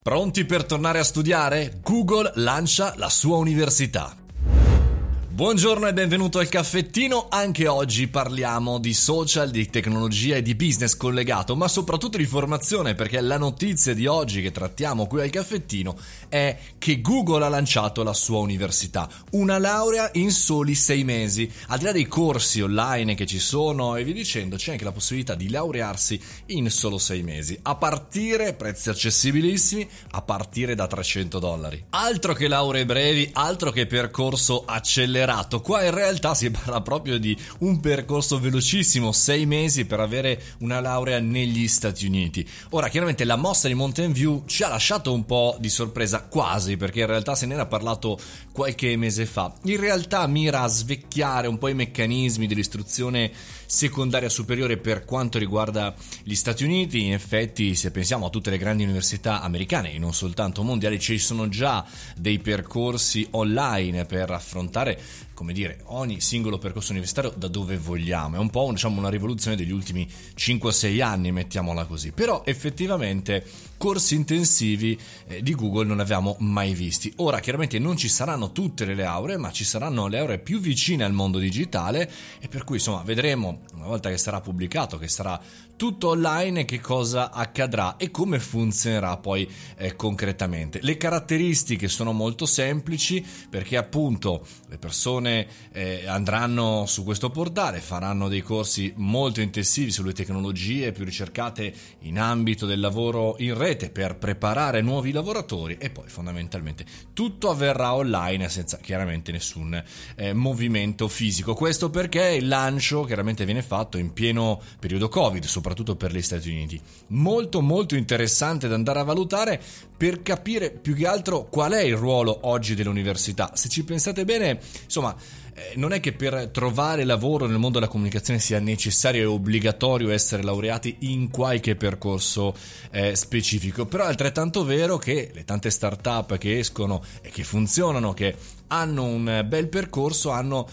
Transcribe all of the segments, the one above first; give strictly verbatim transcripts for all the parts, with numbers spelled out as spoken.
Pronti per tornare a studiare? Google lancia la sua università. Buongiorno e benvenuto al caffettino. Anche oggi parliamo di social, di tecnologia e di business collegato, ma soprattutto di formazione, perché la notizia di oggi che trattiamo qui al caffettino è che Google ha lanciato la sua università, una laurea in soli sei mesi. Al di là dei corsi online che ci sono e via dicendo, c'è anche la possibilità di laurearsi in solo sei mesi, a partire, prezzi accessibilissimi, a partire da trecento dollari. Altro che lauree brevi, altro che percorso accelerato. Qua in realtà si parla proprio di un percorso velocissimo, sei mesi per avere una laurea negli Stati Uniti. Ora, chiaramente la mossa di Mountain View ci ha lasciato un po' di sorpresa, quasi, perché in realtà se ne era parlato qualche mese fa. In realtà mira a svecchiare un po' i meccanismi dell'istruzione secondaria superiore per quanto riguarda gli Stati Uniti. In effetti, se pensiamo a tutte le grandi università americane e non soltanto mondiali, ci sono già dei percorsi online per affrontare, come dire, ogni singolo percorso universitario da dove vogliamo. È un po' diciamo una rivoluzione degli ultimi cinque sei anni, mettiamola così. Però effettivamente corsi intensivi eh, di Google non ne avevamo mai visti. Ora chiaramente non ci saranno tutte le lauree, ma ci saranno le lauree più vicine al mondo digitale, e per cui insomma vedremo una volta che sarà pubblicato, che sarà tutto online, che cosa accadrà e come funzionerà poi eh, concretamente. Le caratteristiche sono molto semplici, perché appunto le persone eh, andranno su questo portale, faranno dei corsi molto intensivi sulle tecnologie più ricercate in ambito del lavoro in rete per preparare nuovi lavoratori, e poi fondamentalmente tutto avverrà online senza chiaramente nessun eh, movimento fisico. Questo perché il lancio chiaramente viene fatto in pieno periodo Covid, soprattutto per gli Stati Uniti. Molto molto interessante da andare a valutare per capire più che altro qual è il ruolo oggi dell'università. Se ci pensate bene, insomma, eh, non è che per trovare lavoro nel mondo della comunicazione sia necessario e obbligatorio essere laureati in qualche percorso eh, specifico, però è altrettanto vero che le tante start-up che escono e che funzionano, che hanno un bel percorso, hanno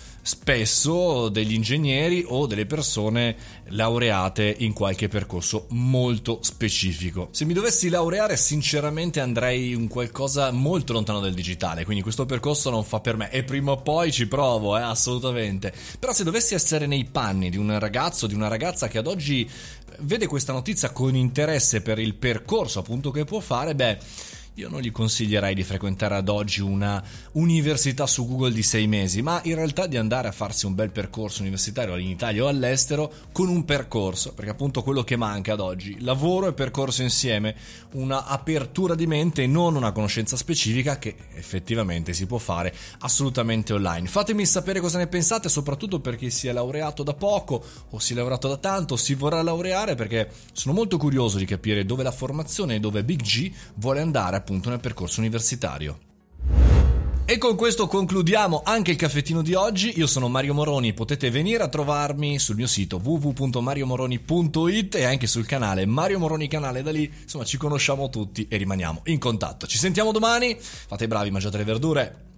spesso degli ingegneri o delle persone laureate in qualche percorso molto specifico. Se mi dovessi laureare, sinceramente andrei in qualcosa molto lontano dal digitale, quindi questo percorso non fa per me, e prima o poi ci provo, eh, assolutamente. Però se dovessi essere nei panni di un ragazzo, di una ragazza che ad oggi vede questa notizia con interesse per il percorso appunto che può fare, beh, io non gli consiglierei di frequentare ad oggi una università su Google di sei mesi, ma in realtà di andare a farsi un bel percorso universitario in Italia o all'estero con un percorso, perché appunto quello che manca ad oggi, lavoro e percorso insieme, una apertura di mente e non una conoscenza specifica che effettivamente si può fare assolutamente online. Fatemi sapere cosa ne pensate, soprattutto per chi si è laureato da poco o si è laureato da tanto o si vorrà laureare, perché sono molto curioso di capire dove la formazione e dove Big G vuole andare appunto nel percorso universitario. E con questo concludiamo anche il caffettino di oggi. Io sono Mario Moroni, potete venire a trovarmi sul mio sito w w w punto mario moroni punto i t e anche sul canale Mario Moroni Canale. Da lì insomma ci conosciamo tutti e rimaniamo in contatto. Ci sentiamo domani, fate i bravi, mangiate le verdure.